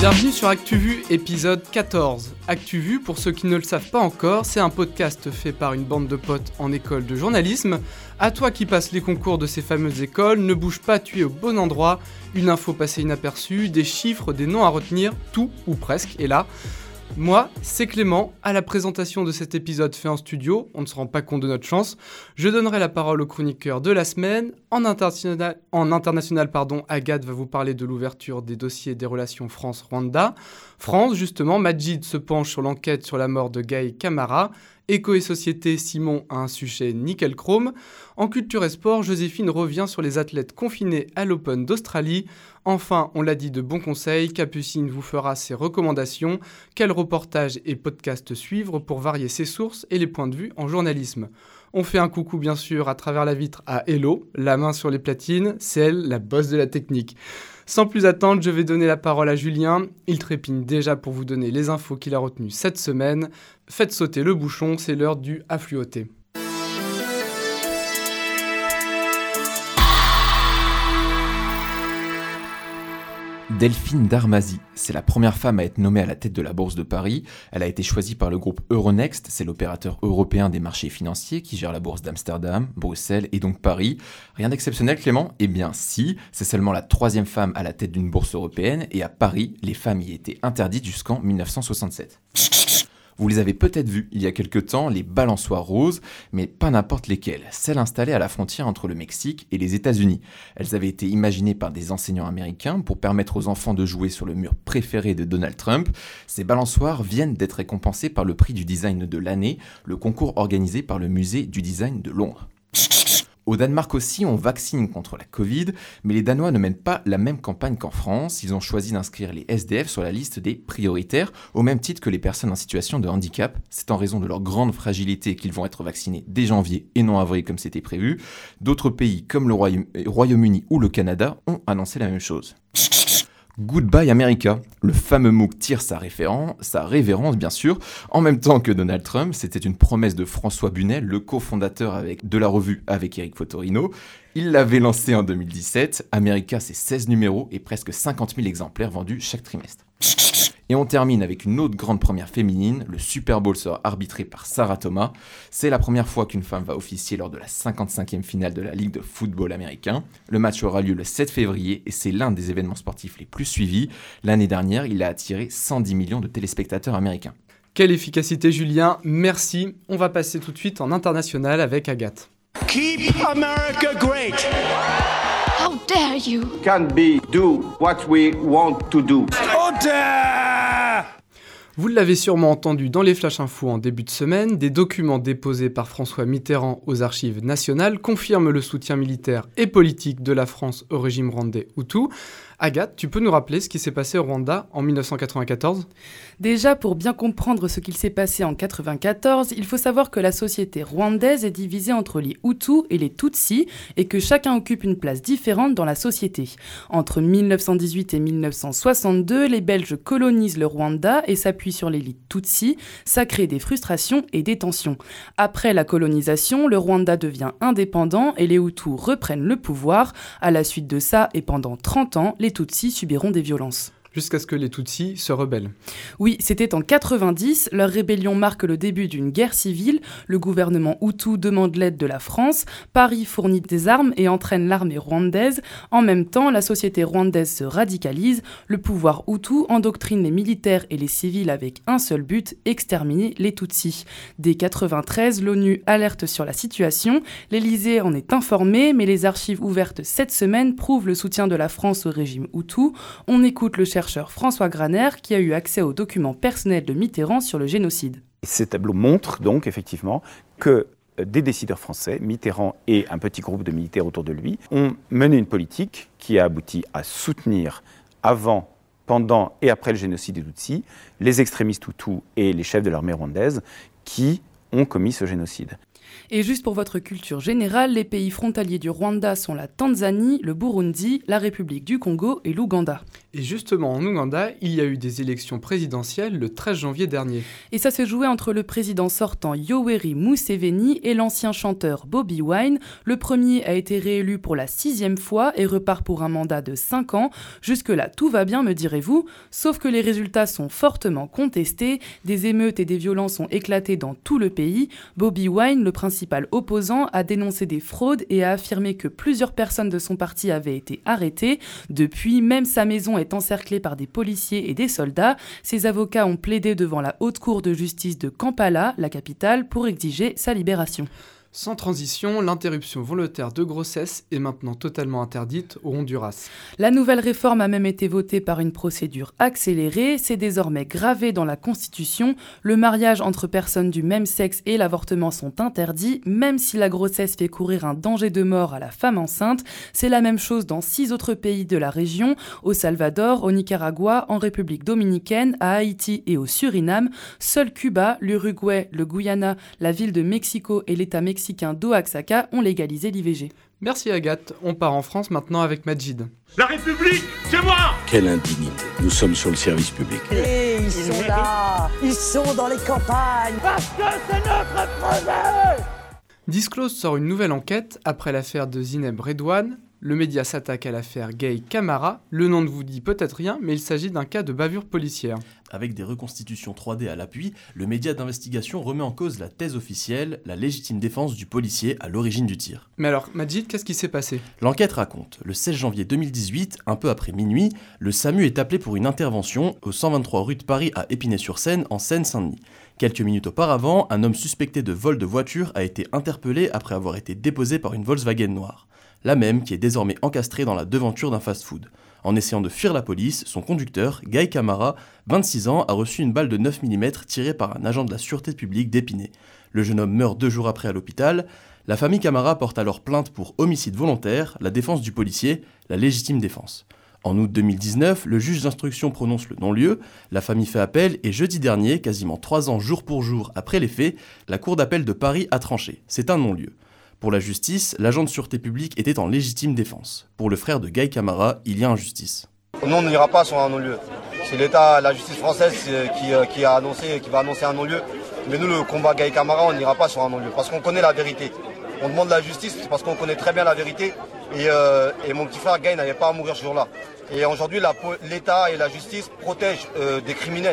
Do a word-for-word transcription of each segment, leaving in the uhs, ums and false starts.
Bienvenue sur ActuVu, épisode quatorze. ActuVu, pour ceux qui ne le savent pas encore, c'est un podcast fait par une bande de potes en école de journalisme. À toi qui passes les concours de ces fameuses écoles, ne bouge pas, tu es au bon endroit. Une info passée inaperçue, des chiffres, des noms à retenir, tout ou presque est là. Moi, c'est Clément, à la présentation de cet épisode fait en studio, on ne se rend pas compte de notre chance, je donnerai la parole au chroniqueur de la semaine. En international, en international pardon, Agathe va vous parler de l'ouverture des dossiers des relations France-Rwanda. France, justement, Majid se penche sur l'enquête sur la mort de Guy Camara. Éco et Société, Simon a un sujet nickel chrome. En culture et sport, Joséphine revient sur les athlètes confinés à l'Open d'Australie. Enfin, on l'a dit, de bons conseils, Capucine vous fera ses recommandations. Quels reportages et podcasts suivre pour varier ses sources et les points de vue en journalisme. On fait un coucou bien sûr à travers la vitre à Hello, la main sur les platines, c'est elle, la bosse de la technique. Sans plus attendre, je vais donner la parole à Julien. Il trépigne déjà pour vous donner les infos qu'il a retenues cette semaine. Faites sauter le bouchon, c'est l'heure du affluoté. Delphine Darmazy, c'est la première femme à être nommée à la tête de la Bourse de Paris. Elle a été choisie par le groupe Euronext, c'est l'opérateur européen des marchés financiers qui gère la bourse d'Amsterdam, Bruxelles et donc Paris. Rien d'exceptionnel, Clément ? Eh bien si, c'est seulement la troisième femme à la tête d'une bourse européenne et à Paris, les femmes y étaient interdites jusqu'en dix-neuf cent soixante-sept. Vous les avez peut-être vus il y a quelque temps, les balançoires roses, mais pas n'importe lesquelles, celles installées à la frontière entre le Mexique et les États-Unis. Elles avaient été imaginées par des enseignants américains pour permettre aux enfants de jouer sur le mur préféré de Donald Trump. Ces balançoires viennent d'être récompensées par le prix du design de l'année, le concours organisé par le musée du design de Londres. Au Danemark aussi, on vaccine contre la Covid, mais les Danois ne mènent pas la même campagne qu'en France. Ils ont choisi d'inscrire les S D F sur la liste des prioritaires, au même titre que les personnes en situation de handicap. C'est en raison de leur grande fragilité qu'ils vont être vaccinés dès janvier et non avril comme c'était prévu. D'autres pays comme le Royaume- Royaume-Uni ou le Canada ont annoncé la même chose. Goodbye America, le fameux MOOC tire sa, référence, sa révérence bien sûr, en même temps que Donald Trump. C'était une promesse de François Bunel, le cofondateur avec, de la revue avec Eric Fotorino. Il l'avait lancé en deux mille dix-sept. America, c'est seize numéros et presque cinquante mille exemplaires vendus chaque trimestre. Et on termine avec une autre grande première féminine. Le Super Bowl sera arbitré par Sarah Thomas. C'est la première fois qu'une femme va officier lors de la cinquante-cinquième finale de la Ligue de football américain. Le match aura lieu le sept février et c'est l'un des événements sportifs les plus suivis. L'année dernière, il a attiré cent dix millions de téléspectateurs américains. Quelle efficacité Julien, merci. On va passer tout de suite en international avec Agathe. Keep America great. How dare you? Can be do what we want to do. Order! Vous l'avez sûrement entendu dans les Flash Infos en début de semaine, des documents déposés par François Mitterrand aux archives nationales confirment le soutien militaire et politique de la France au régime rwandais Hutu. Agathe, tu peux nous rappeler ce qui s'est passé au Rwanda en dix-neuf cent quatre-vingt-quatorze ? Déjà, pour bien comprendre ce qu'il s'est passé en quatre-vingt-quatorze, il faut savoir que la société rwandaise est divisée entre les Hutus et les Tutsis et que chacun occupe une place différente dans la société. Entre dix-neuf cent dix-huit et dix-neuf cent soixante-deux, les Belges colonisent le Rwanda et s'appuient sur l'élite Tutsi. Ça crée des frustrations et des tensions. Après la colonisation, le Rwanda devient indépendant et les Hutus reprennent le pouvoir. À la suite de ça et pendant trente ans, les Tutsis subiront des violences. Jusqu'à ce que les Tutsis se rebellent. Oui, c'était en quatre-vingt-dix. Leur rébellion marque le début d'une guerre civile. Le gouvernement Hutu demande l'aide de la France. Paris fournit des armes et entraîne l'armée rwandaise. En même temps, la société rwandaise se radicalise. Le pouvoir Hutu endoctrine les militaires et les civils avec un seul but, exterminer les Tutsis. Dès quatre-vingt-treize, l'ONU alerte sur la situation. L'Élysée en est informé, mais les archives ouvertes cette semaine prouvent le soutien de la France au régime Hutu. On écoute le chercheur François Graner qui a eu accès aux documents personnels de Mitterrand sur le génocide. Ces tableaux montrent donc effectivement que des décideurs français, Mitterrand et un petit groupe de militaires autour de lui, ont mené une politique qui a abouti à soutenir avant, pendant et après le génocide des Tutsis les extrémistes Hutus et les chefs de l'armée rwandaise qui ont commis ce génocide. Et juste pour votre culture générale, les pays frontaliers du Rwanda sont la Tanzanie, le Burundi, la République du Congo et l'Ouganda. Et justement, en Ouganda, il y a eu des élections présidentielles le treize janvier dernier. Et ça se jouait entre le président sortant Yoweri Museveni et l'ancien chanteur Bobi Wine. Le premier a été réélu pour la sixième fois et repart pour un mandat de cinq ans. Jusque-là, tout va bien, me direz-vous, sauf que les résultats sont fortement contestés. Des émeutes et des violences ont éclaté dans tout le pays. Bobi Wine, le principal opposant, a dénoncé des fraudes et a affirmé que plusieurs personnes de son parti avaient été arrêtées. Depuis, même sa maison est encerclée par des policiers et des soldats. Ses avocats ont plaidé devant la haute cour de justice de Kampala, la capitale, pour exiger sa libération. Sans transition, l'interruption volontaire de grossesse est maintenant totalement interdite au Honduras. La nouvelle réforme a même été votée par une procédure accélérée. C'est désormais gravé dans la Constitution. Le mariage entre personnes du même sexe et l'avortement sont interdits, même si la grossesse fait courir un danger de mort à la femme enceinte. C'est la même chose dans six autres pays de la région, au Salvador, au Nicaragua, en République dominicaine, à Haïti et au Suriname. Seul Cuba, l'Uruguay, le Guyana, la ville de Mexico et l'État mexicain mexicains d'Oaxaca ont légalisé l'I V G. Merci Agathe, on part en France maintenant avec Majid. La République, c'est moi! Quelle indignité, nous sommes sur le service public. Et ils sont là, ils sont dans les campagnes. Parce que c'est notre projet! Disclose sort une nouvelle enquête après l'affaire de Zineb Redouane. Le média s'attaque à l'affaire Gay Camara. Le nom ne vous dit peut-être rien, mais il s'agit d'un cas de bavure policière. Avec des reconstitutions trois D à l'appui, le média d'investigation remet en cause la thèse officielle, la légitime défense du policier à l'origine du tir. Mais alors, Majid, qu'est-ce qui s'est passé ? L'enquête raconte, le seize janvier deux mille dix-huit, un peu après minuit, le SAMU est appelé pour une intervention au cent vingt-trois rue de Paris à Épinay-sur-Seine, en Seine-Saint-Denis. Quelques minutes auparavant, un homme suspecté de vol de voiture a été interpellé après avoir été déposé par une Volkswagen noire. La même qui est désormais encastrée dans la devanture d'un fast-food. En essayant de fuir la police, son conducteur, Guy Camara, vingt-six ans, a reçu une balle de neuf millimètres tirée par un agent de la sûreté publique d'Épinay. Le jeune homme meurt deux jours après à l'hôpital. La famille Camara porte alors plainte pour homicide volontaire, la défense du policier, la légitime défense. En août deux mille dix-neuf, le juge d'instruction prononce le non-lieu, la famille fait appel et jeudi dernier, quasiment trois ans jour pour jour après les faits, la cour d'appel de Paris a tranché. C'est un non-lieu. Pour la justice, l'agent de sûreté publique était en légitime défense. Pour le frère de Guy Camara, il y a injustice. Non, on n'ira pas sur un non-lieu. C'est l'État, la justice française qui, qui, a annoncé, qui va annoncer un non-lieu. Mais nous, le combat Guy Camara, on n'ira pas sur un non-lieu parce qu'on connaît la vérité. On demande la justice parce qu'on connaît très bien la vérité. Et, euh, et mon petit frère Guy n'avait pas à mourir ce jour-là. Et aujourd'hui, la, l'État et la justice protègent euh, des criminels.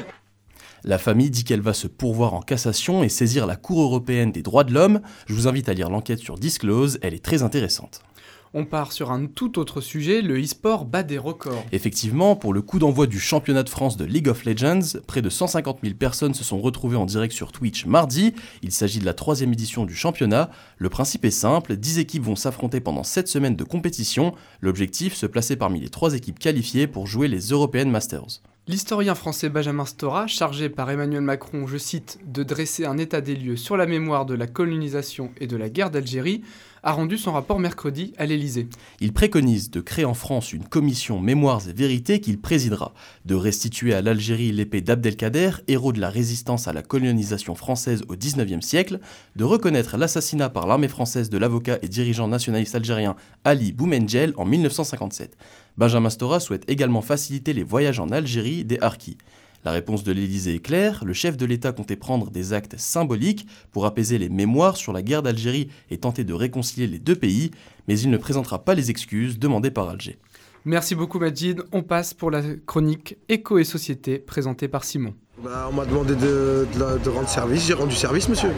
La famille dit qu'elle va se pourvoir en cassation et saisir la Cour européenne des droits de l'homme. Je vous invite à lire l'enquête sur Disclose, elle est très intéressante. On part sur un tout autre sujet, le e-sport bat des records. Effectivement, pour le coup d'envoi du championnat de France de League of Legends, près de cent cinquante mille personnes se sont retrouvées en direct sur Twitch mardi. Il s'agit de la troisième édition du championnat. Le principe est simple, dix équipes vont s'affronter pendant sept semaines de compétition. L'objectif, se placer parmi les trois équipes qualifiées pour jouer les European Masters. L'historien français Benjamin Stora, chargé par Emmanuel Macron, je cite, de dresser un état des lieux sur la mémoire de la colonisation et de la guerre d'Algérie, a rendu son rapport mercredi à l'Élysée. Il préconise de créer en France une commission Mémoires et Vérités qu'il présidera, de restituer à l'Algérie l'épée d'Abdelkader, héros de la résistance à la colonisation française au dix-neuvième siècle, de reconnaître l'assassinat par l'armée française de l'avocat et dirigeant nationaliste algérien Ali Boumendjel en mille neuf cent cinquante-sept. Benjamin Stora souhaite également faciliter les voyages en Algérie des harkis. La réponse de l'Élysée est claire, le chef de l'État comptait prendre des actes symboliques pour apaiser les mémoires sur la guerre d'Algérie et tenter de réconcilier les deux pays, mais il ne présentera pas les excuses demandées par Alger. Merci beaucoup Majid, on passe pour la chronique Éco et Société présentée par Simon. Bah, on m'a demandé de, de, de rendre service, j'ai rendu service monsieur.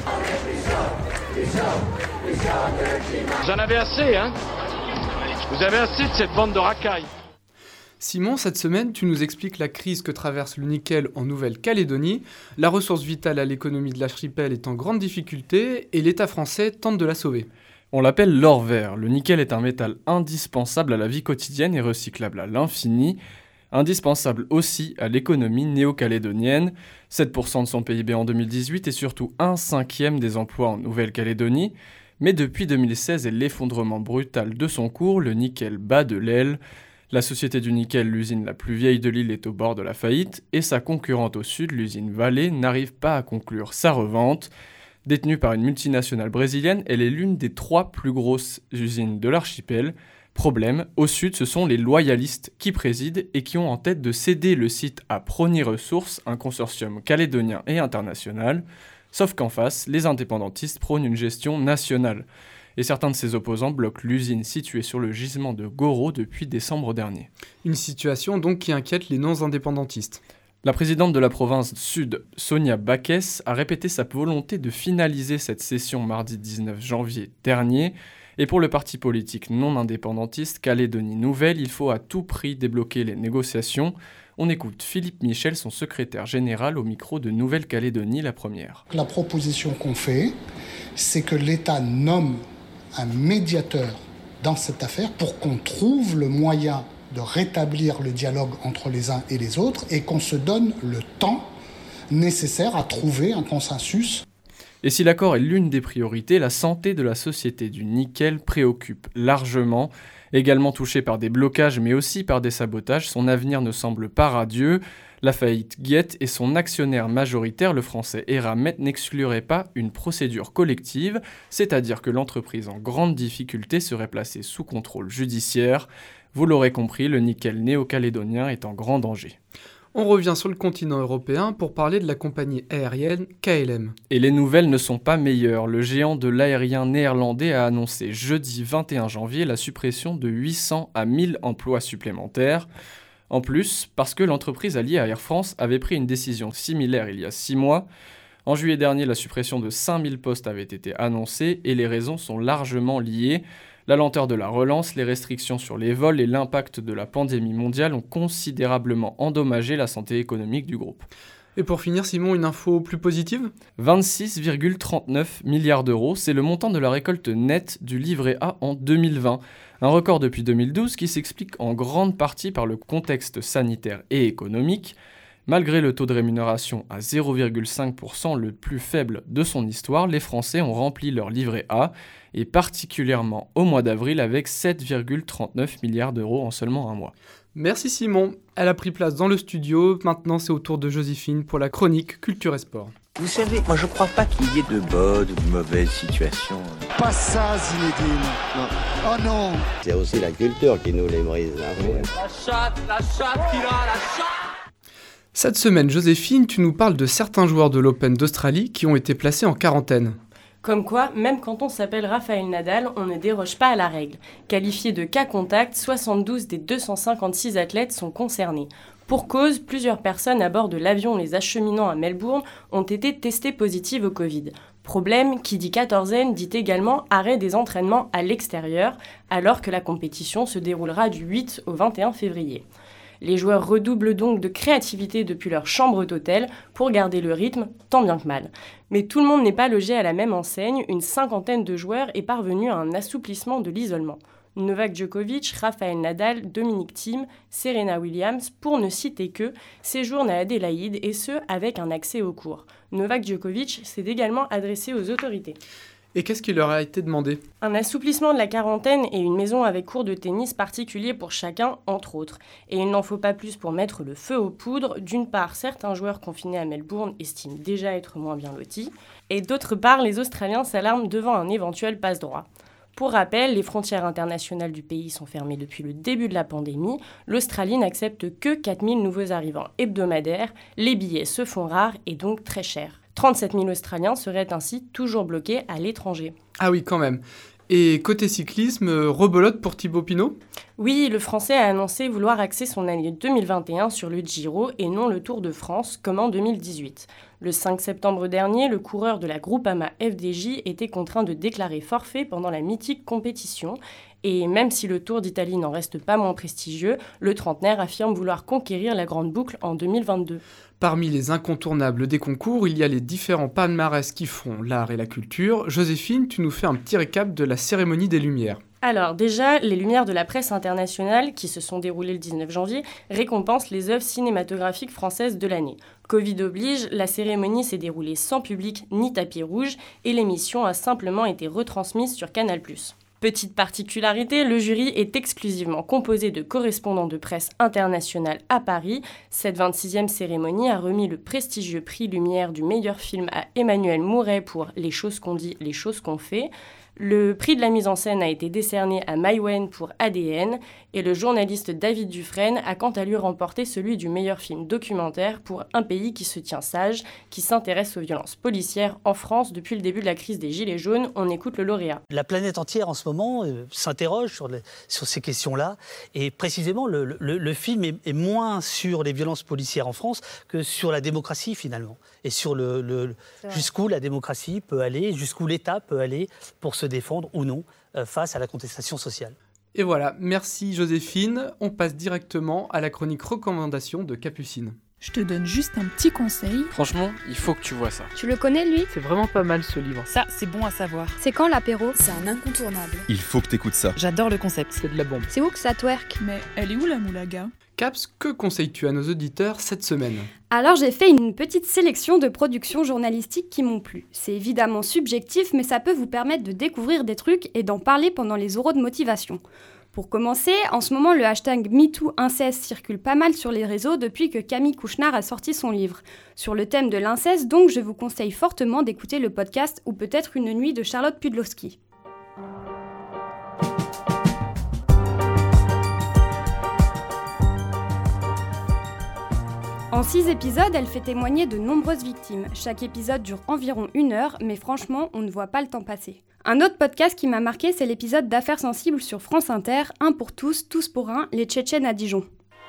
Vous en avez assez, hein ? Vous avez assez de cette bande de racailles. Simon, cette semaine, tu nous expliques la crise que traverse le nickel en Nouvelle-Calédonie. La ressource vitale à l'économie de l'archipel est en grande difficulté et l'État français tente de la sauver. On l'appelle l'or vert. Le nickel est un métal indispensable à la vie quotidienne et recyclable à l'infini. Indispensable aussi à l'économie néo-calédonienne. sept pour cent de son P I B en deux mille dix-huit et surtout un cinquième des emplois en Nouvelle-Calédonie. Mais depuis deux mille seize et l'effondrement brutal de son cours, le nickel bat de l'aile. La société du nickel, l'usine la plus vieille de l'île, est au bord de la faillite et sa concurrente au sud, l'usine Vale, n'arrive pas à conclure sa revente. Détenue par une multinationale brésilienne, elle est l'une des trois plus grosses usines de l'archipel. Problème, au sud, ce sont les loyalistes qui président et qui ont en tête de céder le site à Prony Ressources, un consortium calédonien et international, sauf qu'en face, les indépendantistes prônent une gestion nationale. Et certains de ses opposants bloquent l'usine située sur le gisement de Goro depuis décembre dernier. Une situation donc qui inquiète les non-indépendantistes. La présidente de la province sud, Sonia Backes, a répété sa volonté de finaliser cette session mardi dix-neuf janvier dernier. Et pour le parti politique non indépendantiste Calédonie Nouvelle, il faut à tout prix débloquer les négociations. On écoute Philippe Michel, son secrétaire général, au micro de Nouvelle-Calédonie, la première. La proposition qu'on fait, c'est que l'État nomme un médiateur dans cette affaire pour qu'on trouve le moyen de rétablir le dialogue entre les uns et les autres et qu'on se donne le temps nécessaire à trouver un consensus. Et si l'accord est l'une des priorités, la santé de la société du nickel préoccupe largement. Également touchée par des blocages mais aussi par des sabotages, son avenir ne semble pas radieux. La faillite guette et son actionnaire majoritaire, le français Eramet, n'exclurait pas une procédure collective, c'est-à-dire que l'entreprise en grande difficulté serait placée sous contrôle judiciaire. Vous l'aurez compris, le nickel néo-calédonien est en grand danger. On revient sur le continent européen pour parler de la compagnie aérienne K L M. Et les nouvelles ne sont pas meilleures. Le géant de l'aérien néerlandais a annoncé jeudi vingt et un janvier la suppression de huit cents à mille emplois supplémentaires. En plus, parce que l'entreprise alliée à Air France avait pris une décision similaire il y a six mois. En juillet dernier, la suppression de cinq mille postes avait été annoncée et les raisons sont largement liées. La lenteur de la relance, les restrictions sur les vols et l'impact de la pandémie mondiale ont considérablement endommagé la santé économique du groupe. Et pour finir, Simon, une info plus positive ? vingt-six virgule trente-neuf milliards d'euros, c'est le montant de la récolte nette du livret A en deux mille vingt. Un record depuis deux mille douze qui s'explique en grande partie par le contexte sanitaire et économique. Malgré le taux de rémunération à zéro virgule cinq pour cent, le plus faible de son histoire, les Français ont rempli leur livret A, et particulièrement au mois d'avril avec sept virgule trente-neuf milliards d'euros en seulement un mois. Merci Simon, elle a pris place dans le studio, maintenant c'est au tour de Joséphine pour la chronique Culture et Sport. Vous savez, moi je crois pas qu'il y ait de bonnes ou de mauvaises situations. Pas ça, Zinedine. Non. Oh non. C'est aussi la culture qui nous les brise. Hein, ouais. La chatte, la chatte qu'il a, la chatte. Cette semaine, Joséphine, tu nous parles de certains joueurs de l'Open d'Australie qui ont été placés en quarantaine. Comme quoi, même quand on s'appelle Rafael Nadal, on ne déroge pas à la règle. Qualifiés de cas contact, soixante-douze des deux cent cinquante-six athlètes sont concernés. Pour cause, plusieurs personnes à bord de l'avion les acheminant à Melbourne ont été testées positives au Covid. Problème, qui dit quatorzaine dit également arrêt des entraînements à l'extérieur, alors que la compétition se déroulera du huit au vingt et un février. Les joueurs redoublent donc de créativité depuis leur chambre d'hôtel pour garder le rythme, tant bien que mal. Mais tout le monde n'est pas logé à la même enseigne, une cinquantaine de joueurs est parvenue à un assouplissement de l'isolement. Novak Djokovic, Rafael Nadal, Dominic Thiem, Serena Williams, pour ne citer que, séjournent à Adélaïde et ce, avec un accès aux cours. Novak Djokovic s'est également adressé aux autorités. Et qu'est-ce qui leur a été demandé ? Un assouplissement de la quarantaine et une maison avec cours de tennis particulier pour chacun, entre autres. Et il n'en faut pas plus pour mettre le feu aux poudres. D'une part, certains joueurs confinés à Melbourne estiment déjà être moins bien lotis. Et d'autre part, les Australiens s'alarment devant un éventuel passe-droit. Pour rappel, les frontières internationales du pays sont fermées depuis le début de la pandémie. L'Australie n'accepte que quatre mille nouveaux arrivants hebdomadaires. Les billets se font rares et donc très chers. trente-sept mille Australiens seraient ainsi toujours bloqués à l'étranger. Ah oui, quand même. Et côté cyclisme, rebelote pour Thibaut Pinot ? Oui, le Français a annoncé vouloir axer son année deux mille vingt et un sur le Giro et non le Tour de France, comme en deux mille dix-huit. Le cinq septembre dernier, le coureur de la Groupama F D J était contraint de déclarer forfait pendant la mythique compétition. Et même si le Tour d'Italie n'en reste pas moins prestigieux, le trentenaire affirme vouloir conquérir la grande boucle en deux mille vingt-deux. Parmi les incontournables des concours, il y a les différents palmarès qui font l'art et la culture. Joséphine, tu nous fais un petit récap de la cérémonie des Lumières. Alors déjà, les Lumières de la presse internationale, qui se sont déroulées le dix-neuf janvier, récompensent les œuvres cinématographiques françaises de l'année. Covid oblige, la cérémonie s'est déroulée sans public ni tapis rouge et l'émission a simplement été retransmise sur Canal plus. Petite particularité, le jury est exclusivement composé de correspondants de presse internationale à Paris. Cette vingt-sixième cérémonie a remis le prestigieux prix Lumière du meilleur film à Emmanuel Mouret pour Les choses qu'on dit, les choses qu'on fait. Le prix de la mise en scène a été décerné à Maïwenn pour A D N et le journaliste David Dufresne a quant à lui remporté celui du meilleur film documentaire pour Un pays qui se tient sage, qui s'intéresse aux violences policières en France depuis le début de la crise des Gilets jaunes. On écoute le lauréat. La planète entière en ce moment euh, s'interroge sur, les, sur ces questions-là et précisément le, le, le film est, est moins sur les violences policières en France que sur la démocratie finalement et sur le, le, jusqu'où la démocratie peut aller, jusqu'où l'État peut aller pour se défendre ou non euh, face à la contestation sociale. Et voilà, merci Joséphine. On passe directement à la chronique recommandation de Capucine. Je te donne juste un petit conseil. Franchement, il faut que tu vois ça. Tu le connais, lui ? C'est vraiment pas mal ce livre. Ça, c'est bon à savoir. C'est quand l'apéro ? C'est un incontournable. Il faut que t'écoutes ça. J'adore le concept. C'est de la bombe. C'est où que ça twerk ? Mais elle est où la moulaga ? Caps, que conseilles-tu à nos auditeurs cette semaine ? Alors j'ai fait une petite sélection de productions journalistiques qui m'ont plu. C'est évidemment subjectif, mais ça peut vous permettre de découvrir des trucs et d'en parler pendant les oraux de motivation. Pour commencer, en ce moment, le hashtag MeTooInceste circule pas mal sur les réseaux depuis que Camille Kouchnard a sorti son livre. Sur le thème de l'inceste, donc, je vous conseille fortement d'écouter le podcast ou peut-être Une nuit de Charlotte Pudlowski. En six épisodes, elle fait témoigner de nombreuses victimes. Chaque épisode dure environ une heure, mais franchement, on ne voit pas le temps passer. Un autre podcast qui m'a marqué, c'est l'épisode d'Affaires sensibles sur France Inter, Un pour tous, tous pour un, les Tchétchènes à Dijon.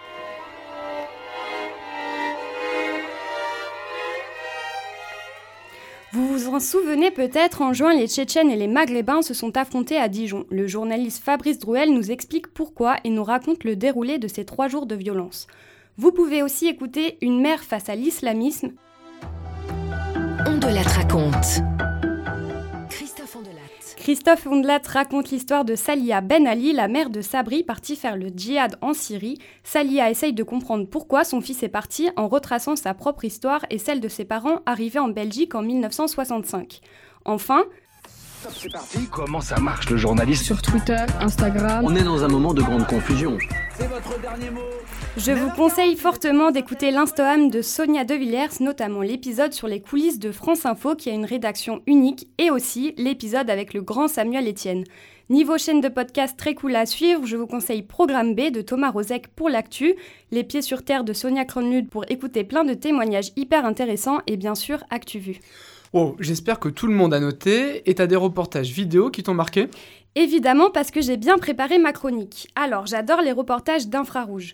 Vous vous en souvenez peut-être, en juin, les Tchétchènes et les Maghrébins se sont affrontés à Dijon. Le journaliste Fabrice Drouel nous explique pourquoi et nous raconte le déroulé de ces trois jours de violence. Vous pouvez aussi écouter Une mère face à l'islamisme. On de la raconte. Christophe Ondelat. Christophe Ondelat raconte l'histoire de Salia Ben Ali, la mère de Sabri, partie faire le djihad en Syrie. Salia essaye de comprendre pourquoi son fils est parti en retraçant sa propre histoire et celle de ses parents arrivés en Belgique en mille neuf cent soixante-cinq. Enfin... C'est parti, comment ça marche le journalisme ? Sur Twitter, Instagram... On est dans un moment de grande confusion. C'est votre dernier mot ? Je vous conseille fortement d'écouter l'Instoham de Sonia De Villers, notamment l'épisode sur les coulisses de France Info qui a une rédaction unique et aussi l'épisode avec le grand Samuel Etienne. Niveau chaîne de podcast très cool à suivre, je vous conseille Programme B de Thomas Rozek pour l'actu, Les Pieds sur Terre de Sonia Kronlund pour écouter plein de témoignages hyper intéressants et bien sûr ActuVu. Oh, j'espère que tout le monde a noté. Et t'as des reportages vidéo qui t'ont marqué ? Évidemment, parce que j'ai bien préparé ma chronique. Alors, j'adore les reportages d'Infrarouge.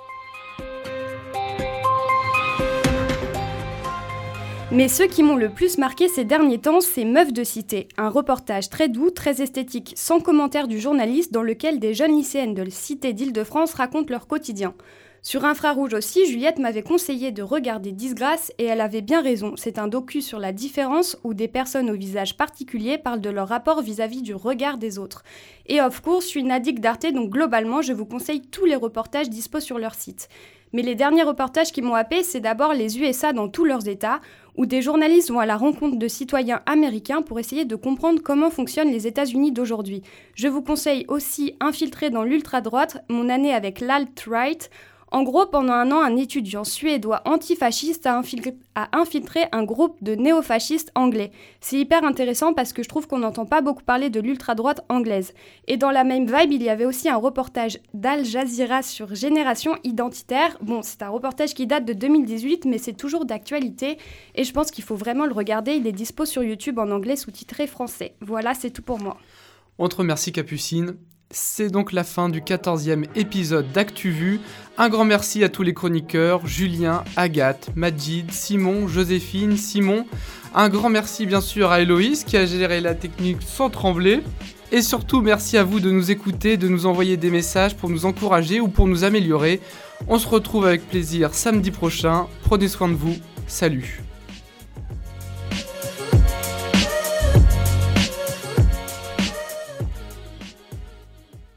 Mais ceux qui m'ont le plus marqué ces derniers temps, c'est Meufs de Cité, un reportage très doux, très esthétique, sans commentaire du journaliste, dans lequel des jeunes lycéennes de Cité d'Île-de-France racontent leur quotidien. Sur Infrarouge aussi, Juliette m'avait conseillé de regarder Disgrâce et elle avait bien raison. C'est un docu sur la différence où des personnes au visage particulier parlent de leur rapport vis-à-vis du regard des autres. Et of course, je suis une addict d'Arte, donc globalement, je vous conseille tous les reportages dispo sur leur site. Mais les derniers reportages qui m'ont happé, c'est d'abord les U S A dans tous leurs états, où des journalistes vont à la rencontre de citoyens américains pour essayer de comprendre comment fonctionnent les États-Unis d'aujourd'hui. Je vous conseille aussi Infiltré dans l'ultra-droite, mon année avec l'alt-right. En gros, pendant un an, un étudiant suédois antifasciste a, infiltré, a infiltré un groupe de néofascistes anglais. C'est hyper intéressant parce que je trouve qu'on n'entend pas beaucoup parler de l'ultra-droite anglaise. Et dans la même vibe, il y avait aussi un reportage d'Al Jazeera sur Génération Identitaire. Bon, c'est un reportage qui date de deux mille dix-huit, mais c'est toujours d'actualité. Et je pense qu'il faut vraiment le regarder. Il est dispo sur YouTube en anglais sous-titré français. Voilà, c'est tout pour moi. On te remercie Capucine. C'est donc la fin du quatorzième épisode d'ActuVu. Un grand merci à tous les chroniqueurs, Julien, Agathe, Majid, Simon, Joséphine, Simon. Un grand merci bien sûr à Héloïse qui a géré la technique sans trembler. Et surtout merci à vous de nous écouter, de nous envoyer des messages pour nous encourager ou pour nous améliorer. On se retrouve avec plaisir samedi prochain. Prenez soin de vous. Salut.